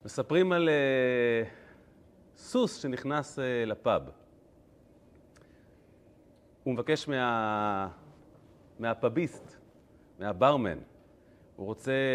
מספרים על סוס שנכנס לפאב. הוא מבקש מהפאביסט, מהברמן. הוא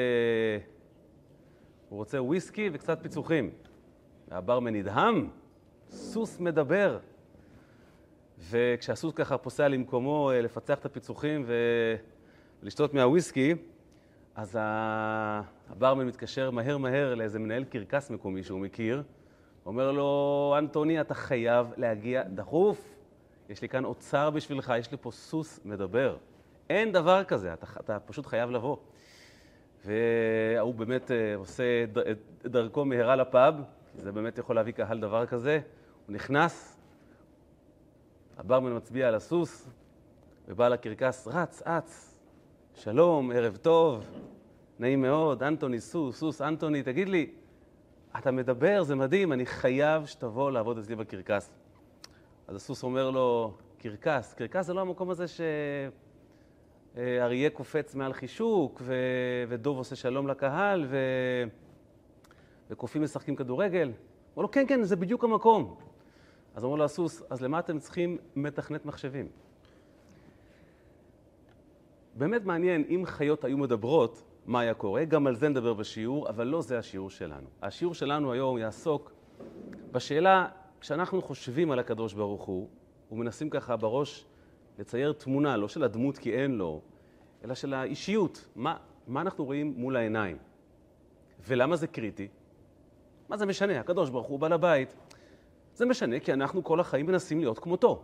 רוצה וויסקי וקצת פיצוחים. והברמן נדהם, סוס מדבר. וכשהסוס ככה פוסע למקומו לפצח את הפיצוחים ולשתות מהוויסקי, אז הברמן מתקשר מהר לאיזה מנהל קרקס מקומי שהוא מכיר. אומר לו, אנטוני, אתה חייב להגיע דחוף. יש לי כאן אוצר בשבילך, יש לי פה סוס מדבר. אין דבר כזה, אתה פשוט חייב לבוא. והוא באמת עושה את דרכו מהרה לפאב, זה באמת יכול להביא קהל דבר כזה. הוא נכנס, הברמן מצביע על הסוס, ובעל הקרקס רץ, שלום, ערב טוב, נעים מאוד, אנטוני, סוס, אנטוני, תגיד לי, אתה מדבר, זה מדהים, אני חייב שתבוא לעבוד אצלי בקרקס. אז הסוס אומר לו, קרקס זה לא המקום הזה שאריה קופץ מעל חישוק, ודוב עושה שלום לקהל, וקופים משחקים כדורגל. אומר לו, כן, זה בדיוק המקום. אז אומר לו הסוס, אז למה אתם צריכים מתכנת מחשבים? באמת מעניין, אם חיות היו מדברות, מה היה קורה? גם על זה נדבר בשיעור, אבל לא זה השיעור שלנו. השיעור שלנו היום יעסוק בשאלה, כשאנחנו חושבים על הקדוש ברוך הוא, ומנסים ככה בראש לצייר תמונה, לא של הדמות כי אין לו, אלא של האישיות. מה אנחנו רואים מול העיניים? ולמה זה קריטי? מה זה משנה? הקדוש ברוך הוא בעל הבית. זה משנה כי אנחנו כל החיים מנסים להיות כמותו.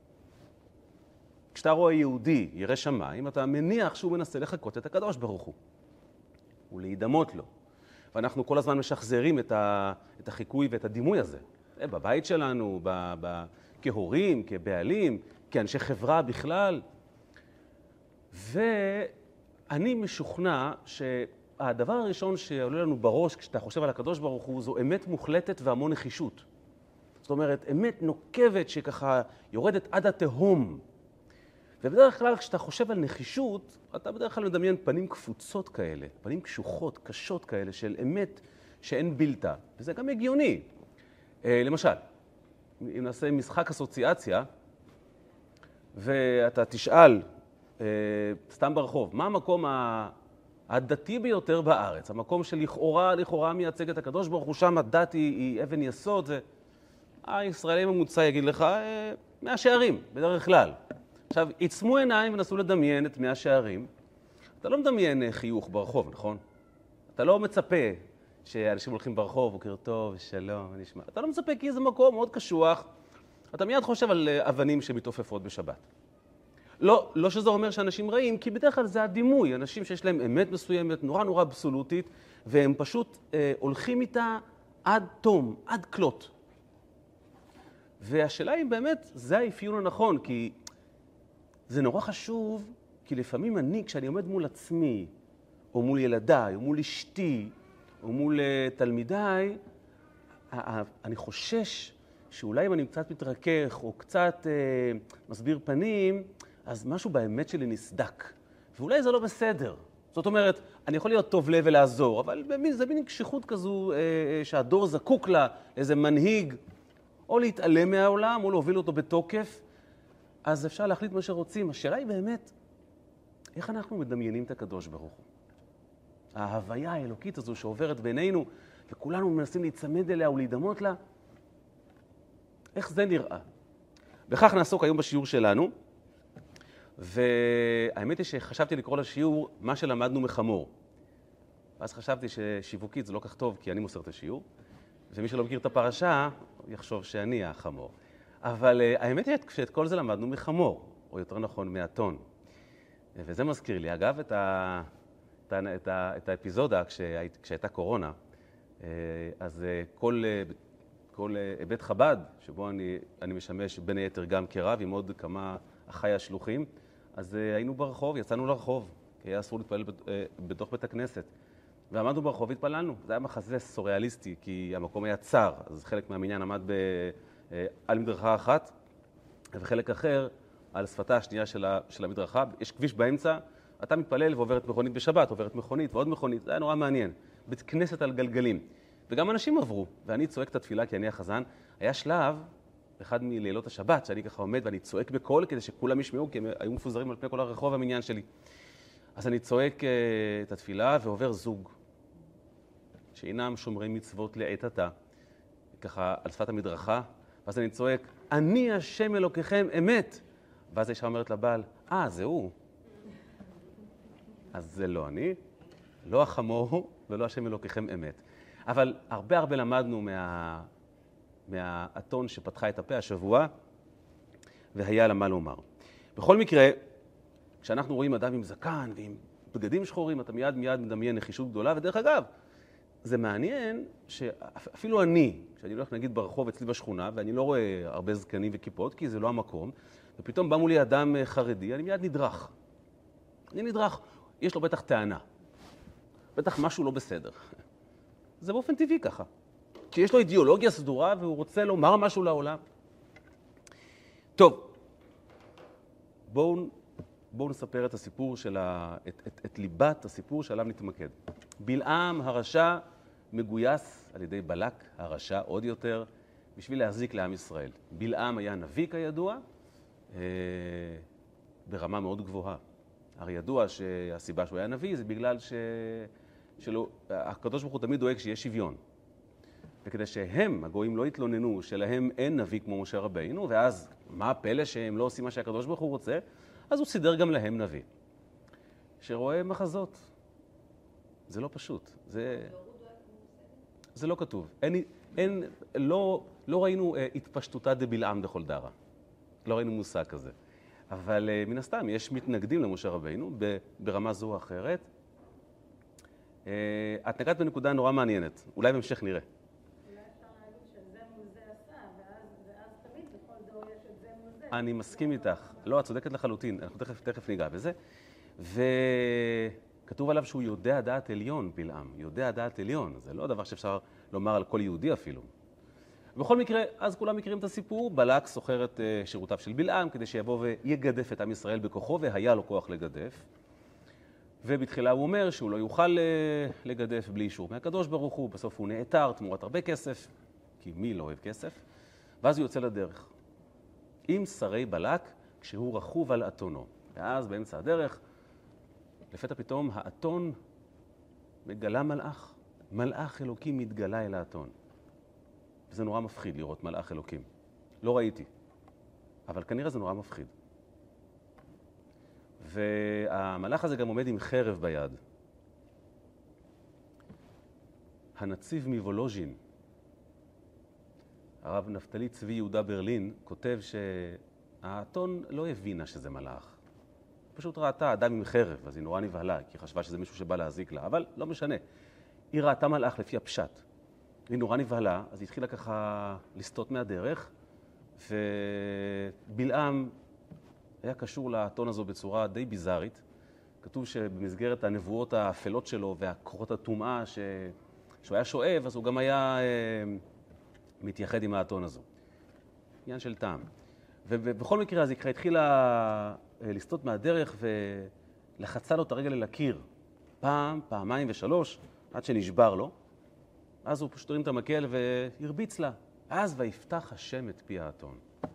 כשאתה רואה יהודי, ירא שמיים, אתה מניח שהוא מנסה לחקות את הקדוש ברוך הוא. ולהידמות לו. ואנחנו כל הזמן משחזרים את החיקוי ואת הדימוי הזה. בבית שלנו, כהורים, כבעלים, כאנשי חברה בכלל. ואני משוכנע שהדבר הראשון שעולה לנו בראש כשאתה חושב על הקדוש ברוך הוא, זו אמת מוחלטת והמון נחישות. זאת אומרת, אמת נוקבת שככה יורדת עד התהום. ובדרך כלל כשאתה חושב על נחישות, אתה בדרך כלל מדמיין פנים קפוצות כאלה, פנים קשוחות, קשות כאלה של אמת שאין בלתה. וזה גם הגיוני. למשל, אם נעשה משחק אסוציאציה, ואתה תשאל, סתם ברחוב, מה המקום הדתי ביותר בארץ? המקום שלכאורה מייצג את הקדוש ברוך הוא, שם הדת היא אבן יסוד. הישראלי הממוצע יגיד לך, 100 שערים, בדרך כלל. עכשיו, עצמו עיניים ונסו לדמיין את 100 שערים. אתה לא מדמיין חיוך ברחוב, נכון? אתה לא מצפה שאנשים הולכים ברחוב, בוקר טוב, שלום, נשמע. אתה לא מצפה כי זה מקום מאוד קשוח. אתה מיד חושב על אבנים שמתעופפות בשבת. לא שזה אומר שאנשים רעים, כי בדרך כלל זה הדימוי. אנשים שיש להם אמת מסוימת, נורא אבסולוטית, והם פשוט הולכים איתה עד תום, עד כלות. והשאלה היא באמת, זה האפיון הנכון, כי זה נורא חשוב, כי לפעמים כשאני עומד מול עצמי, או מול ילדיי, או מול אשתי, או מול תלמידיי, אני חושש שאולי אם אני קצת מתרכך, או קצת מסביר פנים, אז משהו באמת שלי נסדק. ואולי זה לא בסדר. זאת אומרת, אני יכול להיות טוב לב ולעזור, אבל זה מין קשיחות כזו שהדור זקוק לה, איזה מנהיג, או להתעלם מהעולם, או להוביל אותו בתוקף. אז אפשר להחליט מה שרוצים. השאלה היא באמת, איך אנחנו מדמיינים את הקדוש ברוך הוא? ההוויה האלוקית הזו שעוברת בינינו, וכולנו מנסים להיצמד אליה ולהידמות לה, איך זה נראה? וכך נעסוק היום בשיעור שלנו, והאמת היא שחשבתי לקרוא לשיעור מה שלמדנו מחמור. ואז חשבתי ששיווקית זה לא כך טוב, כי אני מוסר את השיעור, ומי שלא מכיר את הפרשה, יחשוב שאני החמור. אבל האמת היא שאת כל זה למדנו מחמור, או יותר נכון מהטון. וזה מזכיר לי, אגב, את האפיזודה כשהייתה קורונה, אז כל בית חב"ד, שבו אני משמש בין היתר גם כרב עם עוד כמה אחי השלוחים, אז היינו ברחוב, יצאנו לרחוב, כי היה אסור להתפלל בתוך בית הכנסת. ועמדנו ברחוב והתפללנו. זה היה מחזה סוריאליסטי, כי המקום היה צר, אז חלק מהמניין עמד על מדרכה אחת, וחלק אחר על שפתה השנייה של המדרכה. יש כביש באמצע, אתה מתפלל ועוברת מכונית בשבת, עוברת מכונית ועוד מכונית, זה היה נורא מעניין. בית כנסת על גלגלים. וגם אנשים עברו, ואני צועק את התפילה כי אני החזן. היה שלב, אחד מלילות השבת, שאני ככה עומד ואני צועק בקול כדי שכולם ישמעו, כי הם היו מפוזרים על פני כל הרחוב המניין שלי. אז אני צועק את התפילה ועובר זוג, שאינם שומרי מצוות לעת עתה, ככה על שפת המדרכה, ואז אני צועק, אני השם אלוקיכם אמת. ואז האישה אומרת לבעל, זה הוא. אז זה לא אני, לא החמור ולא השם אלוקיכם אמת. אבל הרבה למדנו מהאתון שפתחה את הפה השבוע, והיה לה מה לומר. בכל מקרה, כשאנחנו רואים אדם עם זקן ועם בגדים שחורים, אתה מיד מדמיין נחישות גדולה, ודרך אגב, זה מעניין שאפילו אני, כשאני הולך נגיד ברחוב אצלי בשכונה, ואני לא רואה הרבה זקנים וכיפות, כי זה לא המקום, ופתאום בא מולי אדם חרדי, אני מיד נדרך. יש לו בטח טענה. בטח משהו לא בסדר. זה באופן טבעי ככה. כי יש לו אידיאולוגיה סדורה והוא רוצה לומר משהו לעולם. טוב, בואו נספר את הסיפור את ליבת הסיפור שעליו נתמקד. בלעם הרשע מגויס על ידי בלק הרשע עוד יותר בשביל להחזיק לעם ישראל. בלעם היה נביא כידוע ברמה מאוד גבוהה. הרי ידוע שהסיבה שהוא היה נביא זה בגלל הקדוש ברוך הוא תמיד דואג שיש שוויון. וכדי שהם, הגויים, לא יתלוננו שלהם אין נביא כמו משה רבינו, ואז מה הפלא שהם לא עושים מה שהקדוש ברוך הוא רוצה, אז הוא סידר גם להם נביא. שרואה מחזות. זה לא פשוט. זה לא כתוב. לא ראינו התפשטותה דבלעם דכל דרה. לא ראינו מושג כזה. אבל מן הסתם יש מתנגדים למשה רבינו ברמה זו או אחרת. את נגעת בנקודה נורא מעניינת. אולי בהמשך נראה. אולי אפשר להגיד שזה מול זה עשה, ואז תמיד בכל דור יש את זה מול זה. אני מסכים איתך. לא, את צודקת לחלוטין. אנחנו תכף ניגע בזה. וכתוב עליו שהוא יודע דעת עליון, בלעם. יודע דעת עליון. זה לא דבר שאפשר לומר על כל יהודי אפילו. בכל מקרה, אז כולם מכירים את הסיפור. בלק סוחר את שירותיו של בלעם כדי שיבוא ויגדף את עם ישראל בכוחו, והיה לו כוח לגדף. ובתחילה הוא אומר שהוא לא יוכל לגדף בלי אישור מהקדוש ברוך הוא. בסוף הוא נעתר תמורת הרבה כסף, כי מי לא אוהב כסף? ואז הוא יוצא לדרך עם שרי בלק כשהוא רכוב על אתונו. ואז באמצע הדרך, לפתע פתאום האתון מגלה מלאך. מלאך אלוקים מתגלה אל האתון. וזה נורא מפחיד לראות מלאך אלוקים. לא ראיתי, אבל כנראה זה נורא מפחיד. והמלאך הזה גם עומד עם חרב ביד. הנציב מוולוז'ין, הרב נפתלי צבי יהודה ברלין, כותב שהאתון לא הבינה שזה מלאך. פשוט ראתה אדם עם חרב, אז היא נורא נבהלה, כי חשבה שזה מישהו שבא להזיק לה, אבל לא משנה. היא ראתה מלאך לפי הפשט. היא נורא נבהלה, אז היא התחילה ככה לסטות מהדרך, ובלעם היה קשור לאתון הזו בצורה די ביזארית. כתוב שבמסגרת הנבואות האפלות שלו והכוחות הטומאה שהוא היה שואב, אז הוא גם היה מתייחד עם האתון הזו. עניין של טעם. ובכל מקרה, אז היא התחילה לסטות מהדרך ולחצה לו את הרגל אל הקיר. פעם, פעמיים ושלוש, עד שנשבר לו. אז הוא פשוט הרים את המקל והרביץ לה. אז ויפתח השם את פי האתון.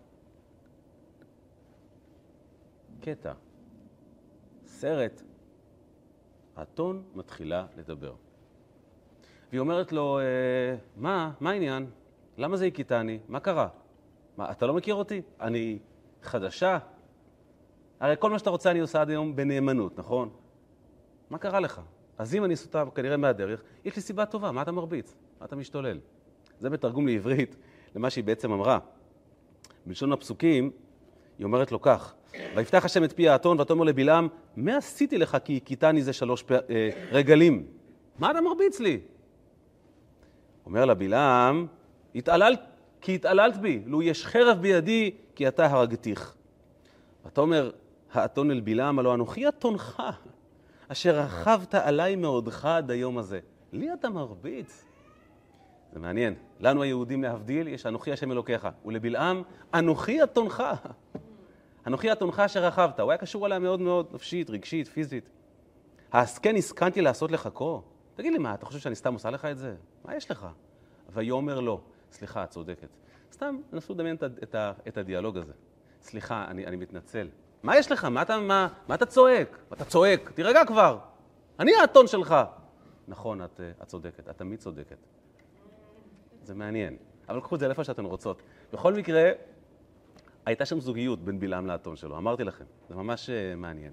קטע. סרט. האתון מתחילה לדבר. והיא אומרת לו, מה העניין? למה זה הכיתני? מה קרה? מה, אתה לא מכיר אותי? אני חדשה? הרי כל מה שאתה רוצה אני עושה עד היום בנאמנות, נכון? מה קרה לך? אז אם אני סוטה כנראה מהדרך, יש לי סיבה טובה, מה אתה מרביץ? מה אתה משתולל? זה בתרגום לעברית למה שהיא בעצם אמרה. בלשון הפסוקים, היא אומרת לו כך, ויפתח השם את פי האתון, ואתה אומר לבלעם, מה עשיתי לך כי הכיתני זה 3 רגלים? מה אתה מרביץ לי? אומר לה בלעם, כי התעללת בי, לו יש חרב בידי, כי אתה הרגתיך. ואתה אומר, האתון אל בלעם, הלא אנוכי אתונך, אשר רכבת עליי מעודך עד היום הזה. לי אתה מרביץ. זה מעניין. לנו היהודים להבדיל, יש אנוכי השם אלוקיך. ולבלעם, אנוכי אתונך. אנוכי אתונך אשר רכבת. הוא היה קשור עליה מאוד מאוד נפשית, רגשית, פיזית. העסקן הסכנתי לעשות לך כה? תגיד לי מה, אתה חושב שאני סתם עושה לך את זה? מה יש לך? ויאמר לו, סליחה, את צודקת. סתם, נסו לדמיין את הדיאלוג הזה. סליחה, אני מתנצל. מה יש לך? מה אתה צועק? אתה צועק, תירגע כבר. אני האתון שלך. נכון, את צודקת, את תמיד צודקת. זה מעניין. אבל קחו את זה לאיפה שאתן רוצות. בכל מקרה, הייתה שם זוגיות בין בלעם לאתון שלו, אמרתי לכם. זה ממש מעניין.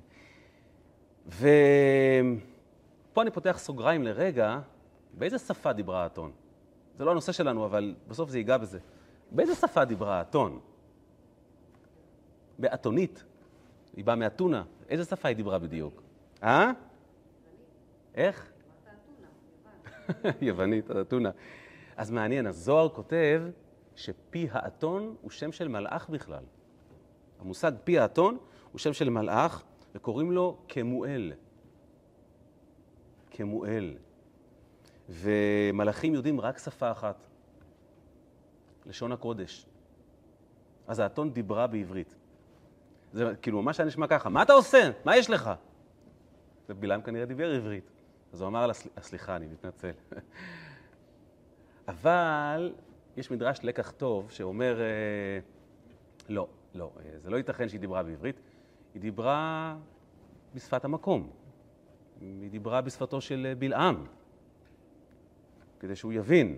ופה אני פותח סוגריים לרגע, באיזה שפה דיברה האתון? זה לא הנושא שלנו, אבל בסוף זה ייגע בזה. באיזה שפה דיברה האתון? באתונית. היא באה מאתונה. איזה שפה היא דיברה בדיוק? איך? יוונית, אתונה. אז מעניין, הזוהר כותב שפי האתון הוא שם של מלאך בכלל. המושג פי האתון הוא שם של מלאך, וקוראים לו כמואל. כמואל. ומלאכים יודעים רק שפה אחת. לשון הקודש. אז האתון דיברה בעברית. זה כאילו ממש היה נשמע ככה, מה אתה עושה? מה יש לך? ובלעם כנראה דיבר עברית. אז הוא אמר לה, סליחה, אני מתנצל. אבל יש מדרש לקח טוב שאומר, לא, זה לא ייתכן שהיא דיברה בעברית, היא דיברה בשפת המקום. היא דיברה בשפתו של בלעם, כדי שהוא יבין.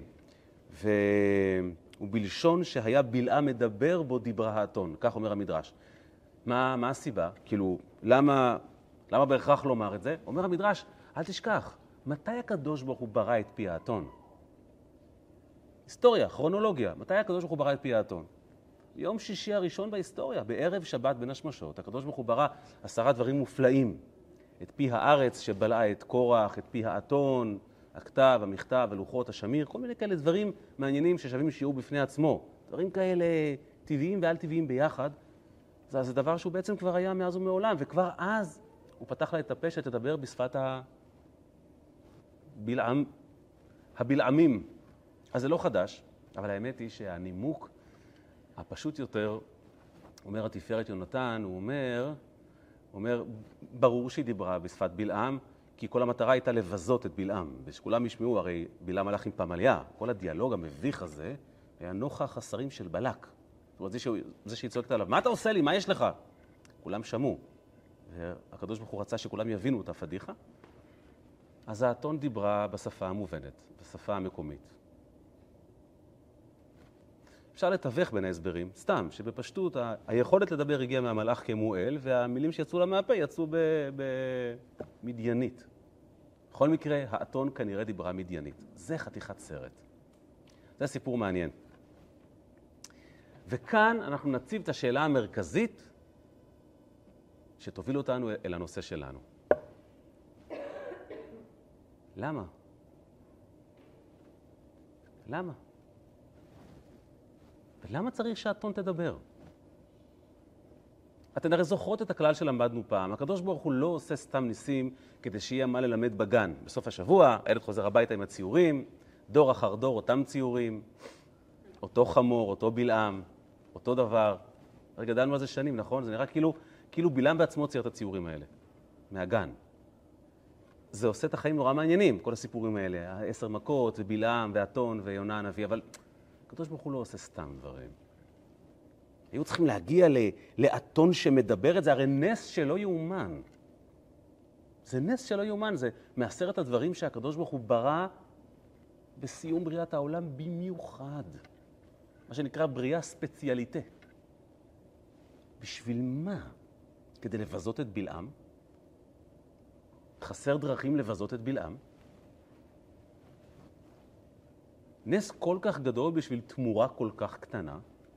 ובלשון שהיה בלעם מדבר בו דיברה האתון, כך אומר המדרש. מה הסיבה? כאילו, למה בהכרח לומר את זה? אומר המדרש, אל תשכח, מתי הקדוש ברוך הוא ברא את פי האתון? היסטוריה, כרונולוגיה, מתי הקדוש ברוך הוא ברא את פי האתון? יום שישי הראשון בהיסטוריה, בערב שבת בין השמשות, הקדוש ברוך הוא ברא 10 דברים מופלאים. את פי הארץ שבלעה את קורח, את פי האתון, הכתב, המכתב, הלוחות, השמיר, כל מיני כאלה דברים מעניינים ששווים שיעור בפני עצמו. דברים כאלה טבעיים ועל טבעיים ביחד. זה דבר שהוא בעצם כבר היה מאז ומעולם, וכבר אז הוא פתח לה את הפה שתדבר בשפת הבלעמים. אז זה לא חדש, אבל האמת היא שהנימוק הפשוט יותר, אומר התפארת יונתן, הוא אומר, ברור שהיא דיברה בשפת בלעם, כי כל המטרה הייתה לבזות את בלעם, ושכולם ישמעו, הרי בלעם הלך עם פמליה, כל הדיאלוג המביך הזה היה נוכח השרים של בלק. זאת אומרת, זה שהיא צועקת עליו, מה אתה עושה לי? מה יש לך? כולם שמעו. והקדוש ברוך הוא רצה שכולם יבינו את הפדיחה. אז האתון דיברה בשפה המובנת, בשפה המקומית. אפשר לתווך בין ההסברים, סתם, שבפשטות היכולת לדבר הגיעה מהמלאך כמואל, והמילים שיצאו לה מהפה יצאו במדיינית. בכל מקרה, האתון כנראה דיברה מדיינית. זה חתיכת סרט. זה סיפור מעניין. וכאן אנחנו נציב את השאלה המרכזית שתוביל אותנו אל הנושא שלנו. למה? למה? ולמה צריך שהאתון תדבר? אתן הרי זוכרות את הכלל שלמדנו פעם. הקדוש ברוך הוא לא עושה סתם ניסים כדי שיהיה מה ללמד בגן. בסוף השבוע, הילד חוזר הביתה עם הציורים, דור אחר דור אותם ציורים, אותו חמור, אותו בלעם, אותו דבר. הרי גדלנו על זה שנים, נכון? זה נראה כאילו בלעם בעצמו צייר את הציורים האלה, מהגן. זה עושה את החיים נורא מעניינים, כל הסיפורים האלה, 10 מכות ובלעם ואתון ויונה הנביא, אבל הקדוש ברוך הוא לא עושה סתם דברים. היו צריכים להגיע לאתון שמדבר את זה, הרי נס שלא יאומן. זה נס שלא יאומן, זה מ10 הדברים שהקדוש ברוך הוא ברא בסיום בריאת העולם במיוחד. מה שנקרא בריאה ספציאליטה. בשביל מה? כדי לבזות את בלעם? חסר דרכים לבזות את בלעם? נס כל כך גדול בשביל תמורה כל כך קטנה.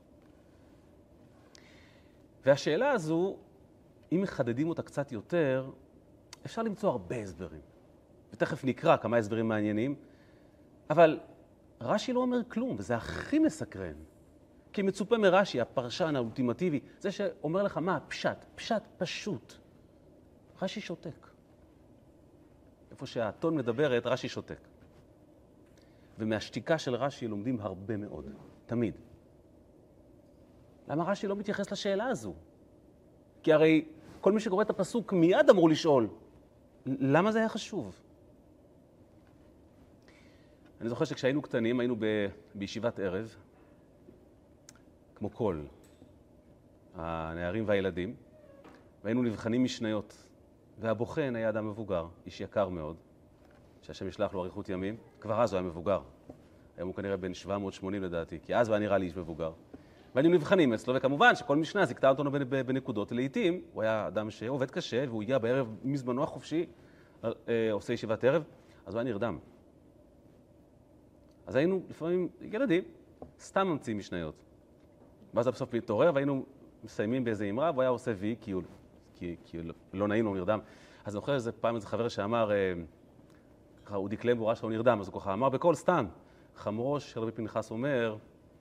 והשאלה הזו, אם מחדדים אותה קצת יותר, אפשר למצוא הרבה הסברים. ותכף נקרא כמה הסברים מעניינים, אבל רש"י לא אומר כלום, וזה הכי מסקרן. כי מצופה מרש"י, הפרשן האולטימטיבי, זה שאומר לך מה, פשט פשוט. רש"י שותק. איפה שהאתון מדברת, רש"י שותק. ומהשתיקה של רש"י לומדים הרבה מאוד, תמיד. למה רש"י לא מתייחס לשאלה הזו? כי הרי כל מי שקורא את הפסוק מיד אמור לשאול, למה זה היה חשוב? אני זוכר שכשהיינו קטנים, היינו בישיבת ערב, כמו כל הנערים והילדים, והיינו נבחנים משניות. והבוחן היה אדם מבוגר, איש יקר מאוד, שהשם ישלח לו אריכות ימים. כבר אז הוא היה מבוגר. היום הוא כנראה בן 780 לדעתי, כי אז הוא היה נראה לי איש מבוגר. והיינו נבחנים אצלו, וכמובן שכל משנה זיכתה אותנו בנקודות. לעתים הוא היה אדם שעובד קשה, והוא הגיע בערב מזמנו החופשי, עושה ישיבת ערב, אז הוא היה נרדם. אז היינו לפעמים ילדים, סתם ממציאים משניות. ואז בסוף להתעורר, והיינו מסיימים באיזה אמרה, והוא היה עושה וי, כי לא נעים לו, הוא נרדם. אז אני זוכר איזה פעם איזה חבר שאמר, הוא דקלם בו ראה שהוא נרדם, אז הוא ככה אמר בקול סתם, חמורו של רבי פנחס אומר,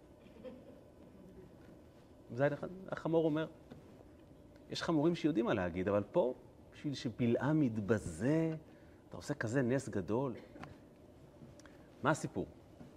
וזה החמור אומר, יש חמורים שיודעים מה להגיד, אבל פה, בשביל שבלעם מתבזה, אתה עושה כזה נס גדול. מה הסיפור?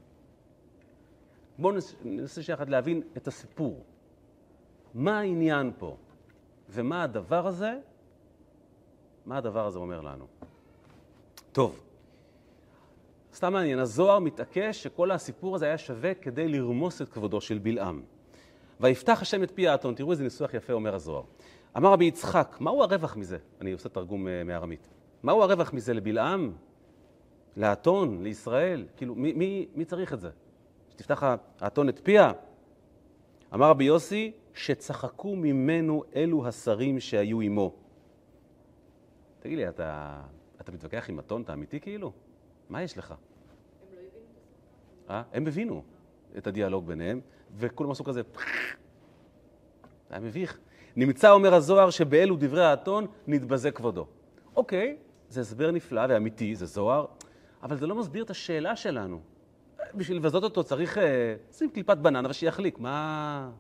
בואו ננסה שיחד להבין את הסיפור. מה העניין פה? ומה הדבר הזה? מה הדבר הזה אומר לנו? טוב, סתם מעניין, הזוהר מתעקש שכל הסיפור הזה היה שווה כדי לרמוס את כבודו של בלעם. ויפתח השם את פי האתון, תראו איזה ניסוח יפה אומר הזוהר. אמר רבי יצחק, מהו הרווח מזה? אני עושה תרגום מארמית. מהו הרווח מזה לבלעם? לאתון? לישראל? כאילו, מי צריך את זה? שתפתח האתון את פיה? אמר רבי יוסי, שצחקו ממנו אלו השרים שהיו עמו. תגיד לי, אתה מתווכח עם אתון? אתה אמיתי כאילו? מה יש לך? הם לא הבינו את הסוף. הם הבינו את הדיאלוג ביניהם, וכולם עשו כזה, זה היה מביך. נמצא, אומר הזוהר, שבאלו דברי האתון נתבזה כבודו. אוקיי, זה הסבר נפלא ואמיתי, זה זוהר, אבל זה לא מסביר את השאלה שלנו. בשביל לבזות אותו צריך שים קליפת בננה ושיחליק. מה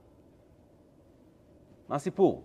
הסיפור?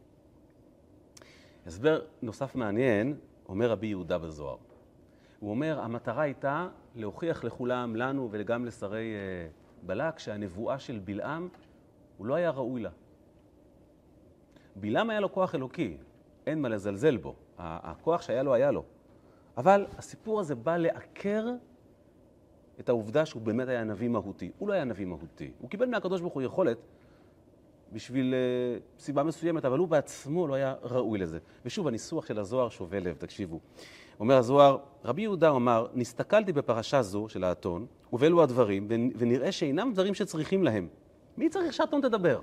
הסבר נוסף מעניין, אומר רבי יהודה בזוהר. הוא אומר, המטרה הייתה להוכיח לכולם, לנו וגם לשרי בלק, שהנבואה של בלעם הוא לא היה ראוי לה. בלעם היה לו כוח אלוקי, אין מה לזלזל בו. הכוח שהיה לו היה לו. אבל הסיפור הזה בא לעקר את העובדה שהוא באמת היה נביא מהותי. הוא לא היה נביא מהותי. הוא קיבל מהקדוש ברוך הוא יכולת בשביל סיבה מסוימת, אבל הוא בעצמו לא היה ראוי לזה. ושוב, הניסוח של הזוהר שובה לב, תקשיבו. אומר הזוהר, רבי יהודה אמר, נסתכלתי בפרשה זו של האתון, ובאלו הדברים, ונראה שאינם דברים שצריכים להם. מי צריך שהאתון תדבר?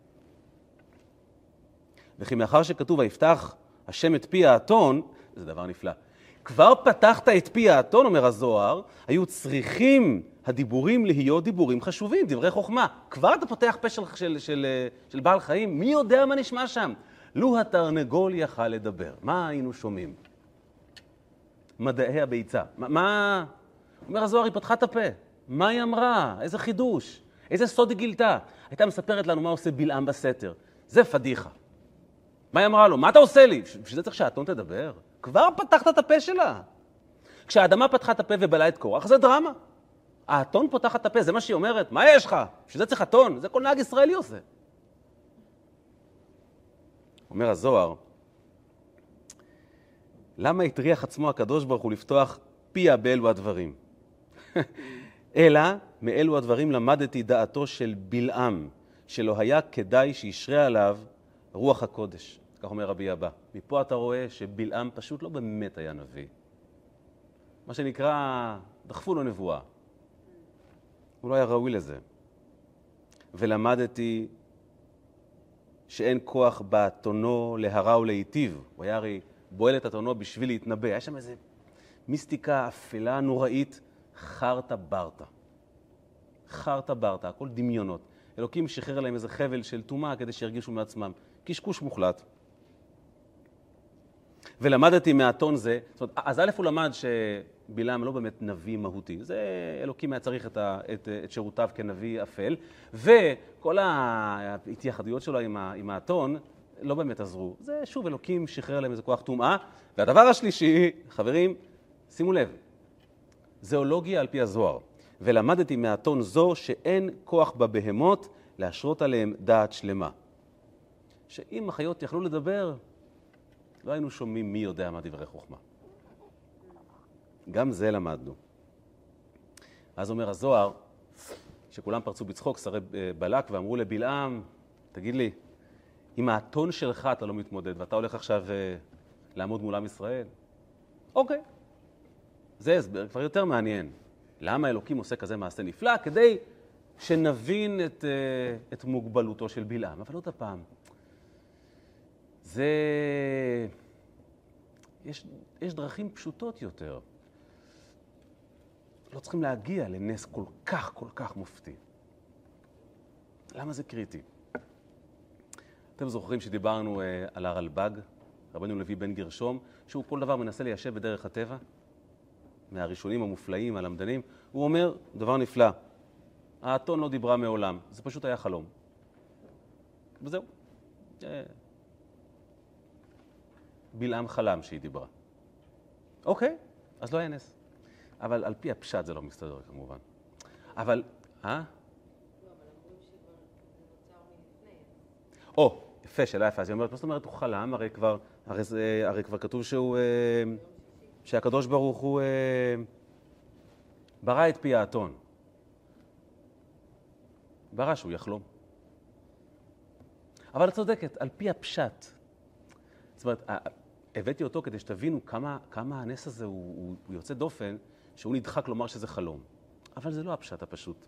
וכי מאחר שכתוב, ויפתח השם את פי האתון, זה דבר נפלא. כבר פתחת את פי האתון, אומר הזוהר, היו צריכים הדיבורים להיות דיבורים חשובים, דברי חוכמה. כבר אתה פותח פה של בעל חיים, מי יודע מה נשמע שם? לו התרנגול יכל לדבר. מה היינו שומעים? מדעי הביצה. מה? אומר הזוהר, היא פתחה את הפה. מה היא אמרה? איזה חידוש? איזה סוד היא גילתה? הייתה מספרת לנו מה עושה בלעם בסתר. זה פדיחה. מה היא אמרה לו? מה אתה עושה לי? בשביל זה צריך שהאתון תדבר. כבר פתחת את הפה שלה. כשהאדמה פתחה את הפה ובלעה את קורח, זה דרמה. האתון פותח את הפה, זה מה שהיא אומרת. מה יש לך? בשביל זה צריך אתון. זה כל נהג ישראלי עושה. אומר הזוהר, למה הטריח עצמו הקדוש ברוך הוא לפתוח פיה באלו הדברים? אלא מאלו הדברים למדתי דעתו של בלעם, שלא היה כדאי שישרה עליו רוח הקודש. כך אומר רבי אבא. מפה אתה רואה שבלעם פשוט לא באמת היה נביא. מה שנקרא, דחפו לו נבואה. הוא לא היה ראוי לזה. ולמדתי שאין כוח באתונו להרע ולהיטיב. הוא היה הרי בועל את אתונו בשביל להתנבא. היה שם איזו מיסטיקה אפלה נוראית, חרטה ברטה. חרטה ברטה, הכל דמיונות. אלוקים שחרר להם איזה חבל של טומאה כדי שירגישו מעצמם. קשקוש מוחלט. ולמדתי מהאתון זה, זאת אומרת, אז א' הוא למד שבלעם לא באמת נביא מהותי. זה אלוקים היה צריך את שירותיו כנביא אפל, וכל ההתייחדויות שלו עם האתון לא באמת עזרו. זה שוב אלוקים שחרר להם איזה כוח טומאה. והדבר השלישי, חברים, שימו לב, זואולוגיה על פי הזוהר. ולמדתי מהאתון זו שאין כוח בבהמות להשרות עליהם דעת שלמה. שאם החיות יכלו לדבר, לא היינו שומעים מי יודע מה דברי חוכמה. גם זה למדנו. אז אומר הזוהר, שכולם פרצו בצחוק, שרי בלק, ואמרו לבלעם, תגיד לי, עם האתון שלך אתה לא מתמודד, ואתה הולך עכשיו לעמוד מול עם ישראל? אוקיי. זה הסבר כבר יותר מעניין. למה אלוקים עושה כזה מעשה נפלא? כדי שנבין את מוגבלותו של בלעם. אבל עוד הפעם, יש דרכים פשוטות יותר. לא צריכים להגיע לנס כל כך מופתי. למה זה קריטי? אתם זוכרים שדיברנו על הרלב"ג, רבנו לוי בן גרשום, שהוא כל דבר מנסה ליישב בדרך הטבע, מהראשונים המופלאים, הלמדנים. הוא אומר דבר נפלא, האתון לא דיברה מעולם, זה פשוט היה חלום. וזהו. בלעם חלם שהיא דיברה. אוקיי, אז לא היה נס. אבל על פי הפשט זה לא מסתדר כמובן. אבל, לא, אבל אמרו שכבר זה נוצר מלפני. יפה, שאלה יפה. אז היא אומרת, מה זאת אומרת, הוא חלם, הרי כבר כתוב שהקדוש ברוך הוא ברא את פי האתון. ברא שהוא יחלום. אבל את צודקת, על פי הפשט. זאת אומרת, הבאתי אותו כדי שתבינו כמה הנס הזה הוא יוצא דופן, שהוא נדחק לומר שזה חלום. אבל זה לא הפשט הפשוט.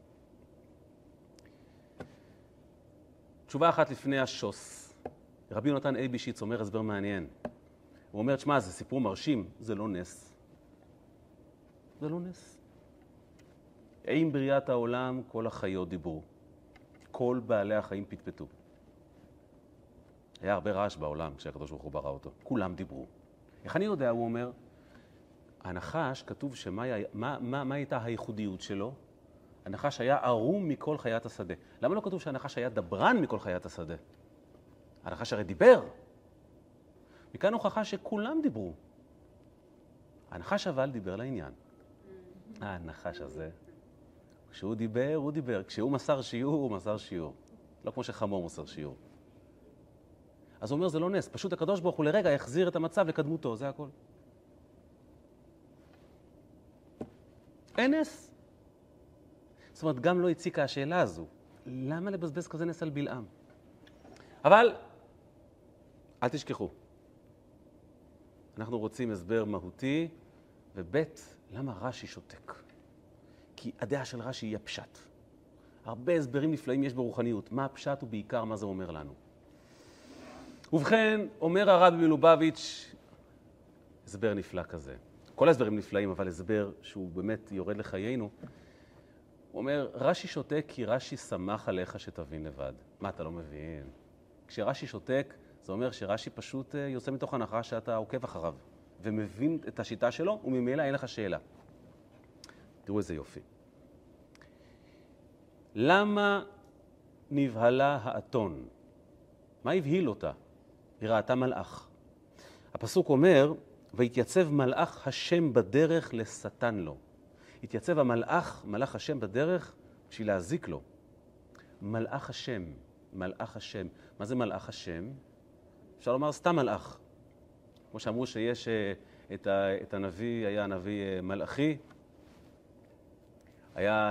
תשובה אחת לפני השוס. רבי יונתן אייבשיץ אומר הסבר מעניין. הוא אומר, תשמע, זה סיפור מרשים, זה לא נס. זה לא נס. עם בריאת העולם כל החיות דיברו. כל בעלי החיים פטפטו. היה הרבה רעש בעולם כשהקדוש ברוך הוא ברא אותו. כולם דיברו. איך אני יודע, הוא אומר, הנחש, כתוב מה הייתה הייחודיות שלו? הנחש היה ערום מכל חיית השדה. למה לא כתוב שהנחש היה דברן מכל חיית השדה? הנחש הרי דיבר. מכאן הוכחה שכולם דיברו. הנחש אבל דיבר לעניין. הנחש הזה, כשהוא דיבר, הוא דיבר. כשהוא מסר שיעור, הוא מסר שיעור. לא כמו שחמור מוסר שיעור. אז הוא אומר, זה לא נס. פשוט הקדוש ברוך הוא לרגע יחזיר את המצב לקדמותו, זה הכל. אין נס. זאת אומרת, גם לא הציקה השאלה הזו. למה לבזבז כזה נס על בלעם? אבל, אל תשכחו. אנחנו רוצים הסבר מהותי, ובית, למה רש"י שותק? כי הדעה של רש"י היא הפשט. הרבה הסברים נפלאים יש ברוחניות. מה הפשט ובעיקר מה זה אומר לנו? ובכן, אומר הרבי מלובביץ', הסבר נפלא כזה. כל ההסברים נפלאים, אבל הסבר שהוא באמת יורד לחיינו. הוא אומר, רש"י שותק כי רש"י שמח עליך שתבין לבד. מה, אתה לא מבין? כשרש"י שותק, זה אומר שרש"י פשוט יוצא מתוך הנחה שאתה עוקב אחריו, ומבין את השיטה שלו, וממילא אין לך שאלה. תראו איזה יופי. למה נבהלה האתון? מה הבהיל אותה? היא ראתה מלאך. הפסוק אומר, והתייצב מלאך השם בדרך לשטן לו. התייצב המלאך, מלאך השם בדרך, בשביל להזיק לו. מלאך השם, מלאך השם. מה זה מלאך השם? אפשר לומר סתם מלאך. כמו שאמרו שיש את הנביא, היה הנביא מלאכי. היה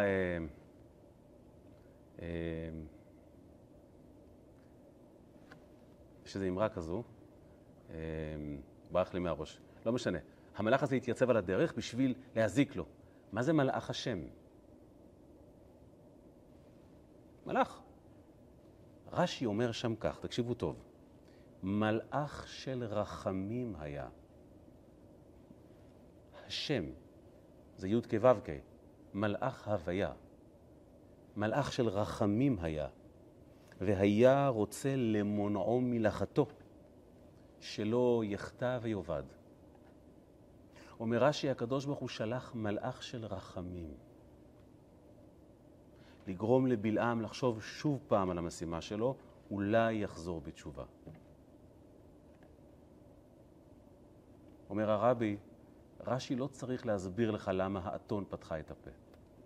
יש איזו אמרה כזו, ברח לי מהראש. לא משנה. המלאך הזה התייצב על הדרך בשביל להזיק לו. מה זה מלאך השם? מלאך. רש"י אומר שם כך, תקשיבו טוב. מלאך של רחמים היה. השם, זה י' כ' ו' כ', מלאך הוויה. מלאך של רחמים היה. והיה רוצה למונעו מלאכתו, שלא יחטא ויאבד. אומר רש"י, הקדוש ברוך הוא שלח מלאך של רחמים. לגרום לבלעם לחשוב שוב פעם על המשימה שלו, אולי יחזור בתשובה. אומר הרבי, רש"י לא צריך להסביר לך למה האתון פתחה את הפה.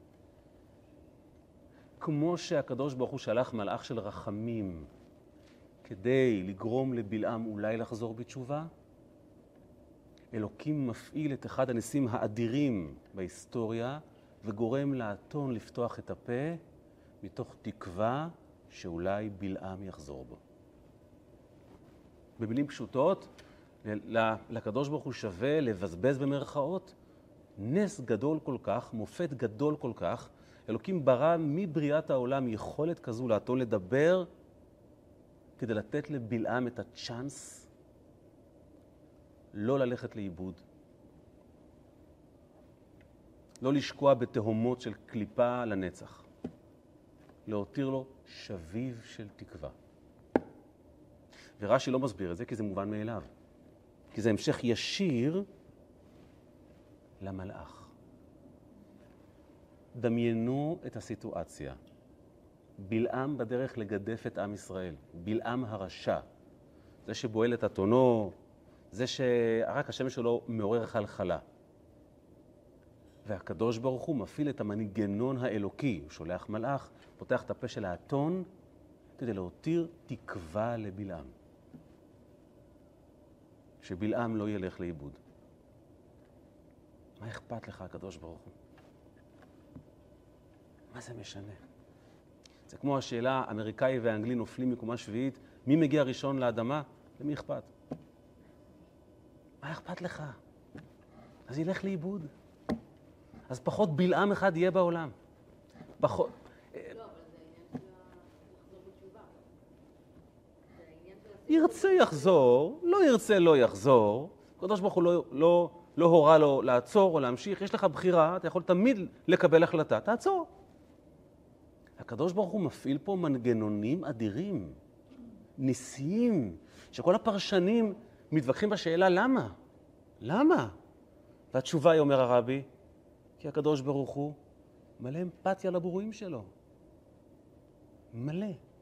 כמו שהקדוש ברוך הוא שלח מלאך של רחמים כדי לגרום לבלעם אולי לחזור בתשובה, אלוקים מפעיל את אחד הניסים האדירים בהיסטוריה וגורם לאתון לפתוח את הפה מתוך תקווה שאולי בלעם יחזור בו. במילים פשוטות, לקדוש ברוך הוא שווה לבזבז במרכאות נס גדול כל כך, מופת גדול כל כך. אלוקים ברא מבריאת העולם יכולת כזו לאתון לדבר כדי לתת לבלעם את הצ'אנס לא ללכת לאיבוד. לא לשקוע בתהומות של קליפה לנצח. להותיר לו שביב של תקווה. ורש"י לא מסביר את זה כי זה מובן מאליו. כי זה המשך ישיר למלאך. דמיינו את הסיטואציה. בלעם בדרך לגדף את עם ישראל. בלעם הרשע. זה שבועל את אתונו. זה שרק השם שלו מעורר חלחלה. והקדוש ברוך הוא מפעיל את המנגנון האלוקי. הוא שולח מלאך, פותח את הפה של האתון כדי להותיר תקווה לבלעם. שבלעם לא ילך לאיבוד. מה אכפת לך, הקדוש ברוך הוא? מה זה משנה? זה כמו השאלה, האמריקאי והאנגלי נופלים מקומה שביעית, מי מגיע ראשון לאדמה? למי אכפת? מה אכפת לך? אז ילך לאיבוד. אז פחות בלעם אחד יהיה בעולם. פחות... לא, אבל זה העניין של לחזור בתשובה. זה העניין של... ירצה יחזור, לא ירצה לא יחזור. הקדוש ברוך הוא לא הורה לו לעצור או להמשיך. יש לך בחירה, אתה יכול תמיד לקבל החלטה. תעצור. הקדוש ברוך הוא מפעיל פה מנגנונים אדירים, ניסיים, שכל הפרשנים מתווכחים בשאלה למה? למה? והתשובה היא, אומר הרבי, כי הקדוש ברוך הוא מלא אמפתיה לבורים שלו. מלא.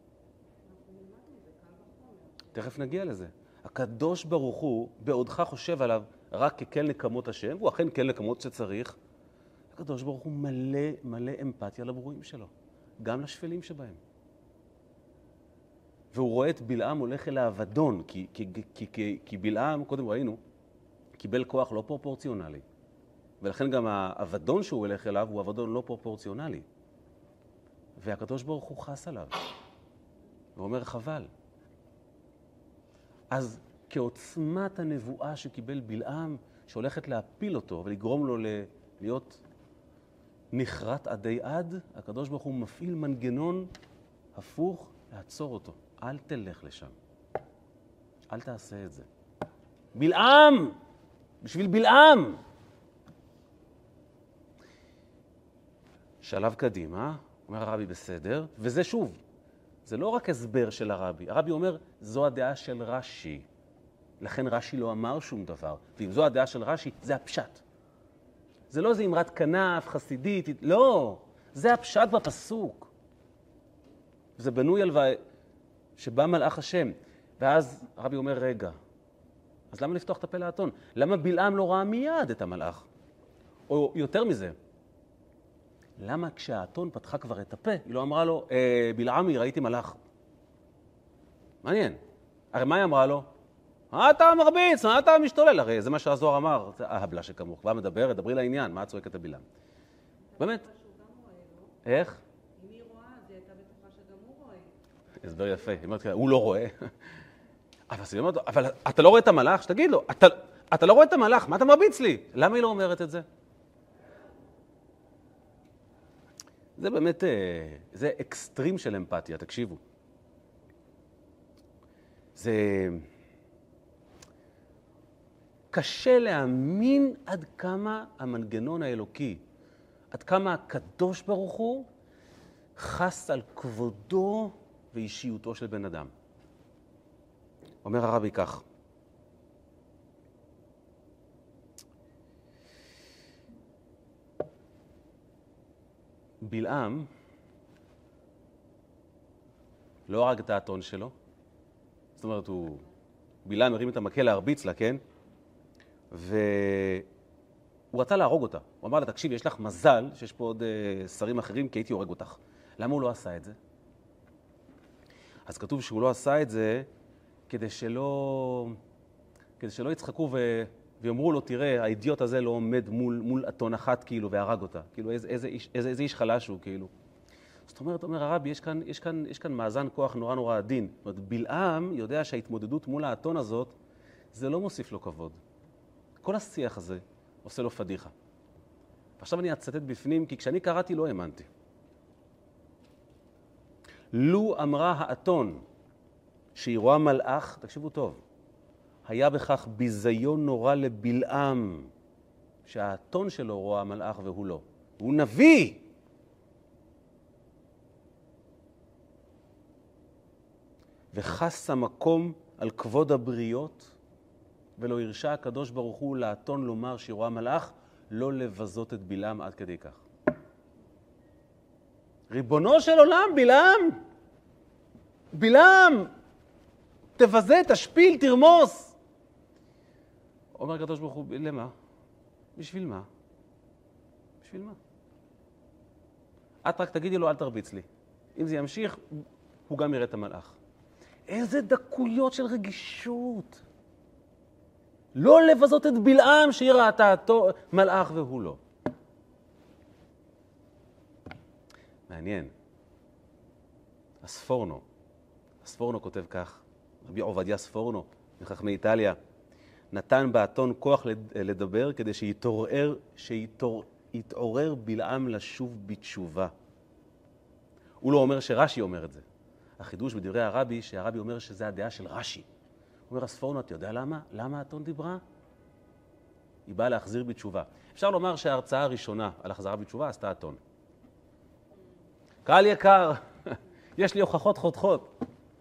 תכף נגיע לזה. הקדוש ברוך הוא, בעודך חושב עליו רק ככל נקמות השם, והוא אכן כל נקמות שצריך. הקדוש ברוך הוא מלא אמפתיה לבורים שלו, גם לשפלים שבהם. והוא רואה את בלעם הולך אל האבדון, כי בלעם, קודם ראינו, קיבל כוח לא פרופורציונלי. ולכן גם האבדון שהוא הולך אליו הוא אבדון לא פרופורציונלי. והקדוש ברוך הוא חס עליו. ואומר חבל. אז כעוצמת הנבואה שקיבל בלעם, שהולכת להפיל אותו ולגרום לו להיות נחרט עדי עד, הקדוש ברוך הוא מפעיל מנגנון הפוך לעצור אותו. אל תלך לשם. אל תעשה את זה. בלעם! בשביל בלעם! שלב קדימה, אומר הרבי בסדר, וזה שוב, זה לא רק הסבר של הרבי. הרבי אומר, זו הדעה של רש"י. לכן רש"י לא אמר שום דבר. ואם זו הדעה של רש"י, זה הפשט. זה לא איזה אמרת כנף, חסידית, לא. זה הפשט בפסוק. זה בנוי על שבא מלאך השם. ואז הרבי אומר, רגע, אז למה לפתוח את הפה לאתון? למה בלעם לא ראה מיד את המלאך? או יותר מזה, למה כשהאתון פתחה כבר את הפה, היא לא אמרה לו, בלעמי, ראיתי מלאך. מעניין. הרי מה היא אמרה לו? מה אתה מרביץ? מה אתה משתולל? הרי זה מה שהזוהר אמר. זה ההבלה שכמוך. כבר מדברת, דברי לעניין. מה את צועקת הבלעם? באמת. איך? אם היא רואה, אז היא הייתה בטוחה שגם הוא רואה. הסבר יפה. היא אומרת, הוא לא רואה. אבל אתה לא רואה את המלאך? שתגיד לו, אתה לא רואה את המלאך, מה אתה מרביץ לי? למה היא לא אומרת את זה? זה באמת, זה אקסטרים של אמפתיה, תקשיבו. זה קשה להאמין עד כמה המנגנון האלוקי, עד כמה הקדוש ברוך הוא חס על כבודו ואישיותו של בן אדם. אומר הרבי כך, בלעם לא הרג את האתון שלו, זאת אומרת, בלעם הרים את המקל להרביץ לה, כן? והוא רצה להרוג אותה. הוא אמר לה, תקשיב, יש לך מזל שיש פה עוד שרים אחרים, כי הייתי הורג אותך. למה הוא לא עשה את זה? אז כתוב שהוא לא עשה את זה כדי שלא יצחקו ואמרו לו, תראה, האידיוט הזה לא עומד מול אתון אחת, כאילו, והרג אותה. כאילו, איזה איש חלש הוא, כאילו. זאת אומרת, אומר הרבי, יש כאן מאזן כוח נורא נורא עדין. זאת אומרת, בלעם יודע שההתמודדות מול האתון הזאת, זה לא מוסיף לו כבוד. כל השיח הזה עושה לו פדיחה. ועכשיו אני אצטט בפנים, כי כשאני קראתי לא האמנתי. לו אמרה האתון שהיא רואה מלאך, תקשיבו טוב, היה בכך ביזיון נורא לבלעם, שהאתון שלו רואה מלאך והוא לא. הוא נביא! וחס המקום על כבוד הבריות, ולא הרשה הקדוש ברוך הוא לאתון לומר שהיא רואה מלאך, לא לבזות את בלעם עד כדי כך. ריבונו של עולם, בלעם! בלעם! תבזה, תשפיל, תרמוס! אומר הקדוש ברוך הוא, למה? בשביל מה? בשביל מה? את רק תגידי לו, אל תרביץ לי. אם זה ימשיך, הוא גם יראה את המלאך. איזה דקויות של רגישות. לא לבזות את בלעם שהיא ראתה מלאך והוא לא. מעניין. הספורנו כותב כך, רבי עובדיה ספורנו, מחכמי איטליה, נתן באתון כוח לדבר כדי שיתעורר בלעם לשוב בתשובה. הוא לא אומר שרש"י אומר את זה. החידוש בדברי הרבי, שהרבי אומר שזה הדעה של רש"י. הוא אומר, הספורנו, אתה יודע למה? למה האתון דיברה? היא באה להחזיר בתשובה. אפשר לומר שההרצאה הראשונה על החזרה בתשובה עשתה האתון. קהל יקר, יש לי הוכחות חותכות.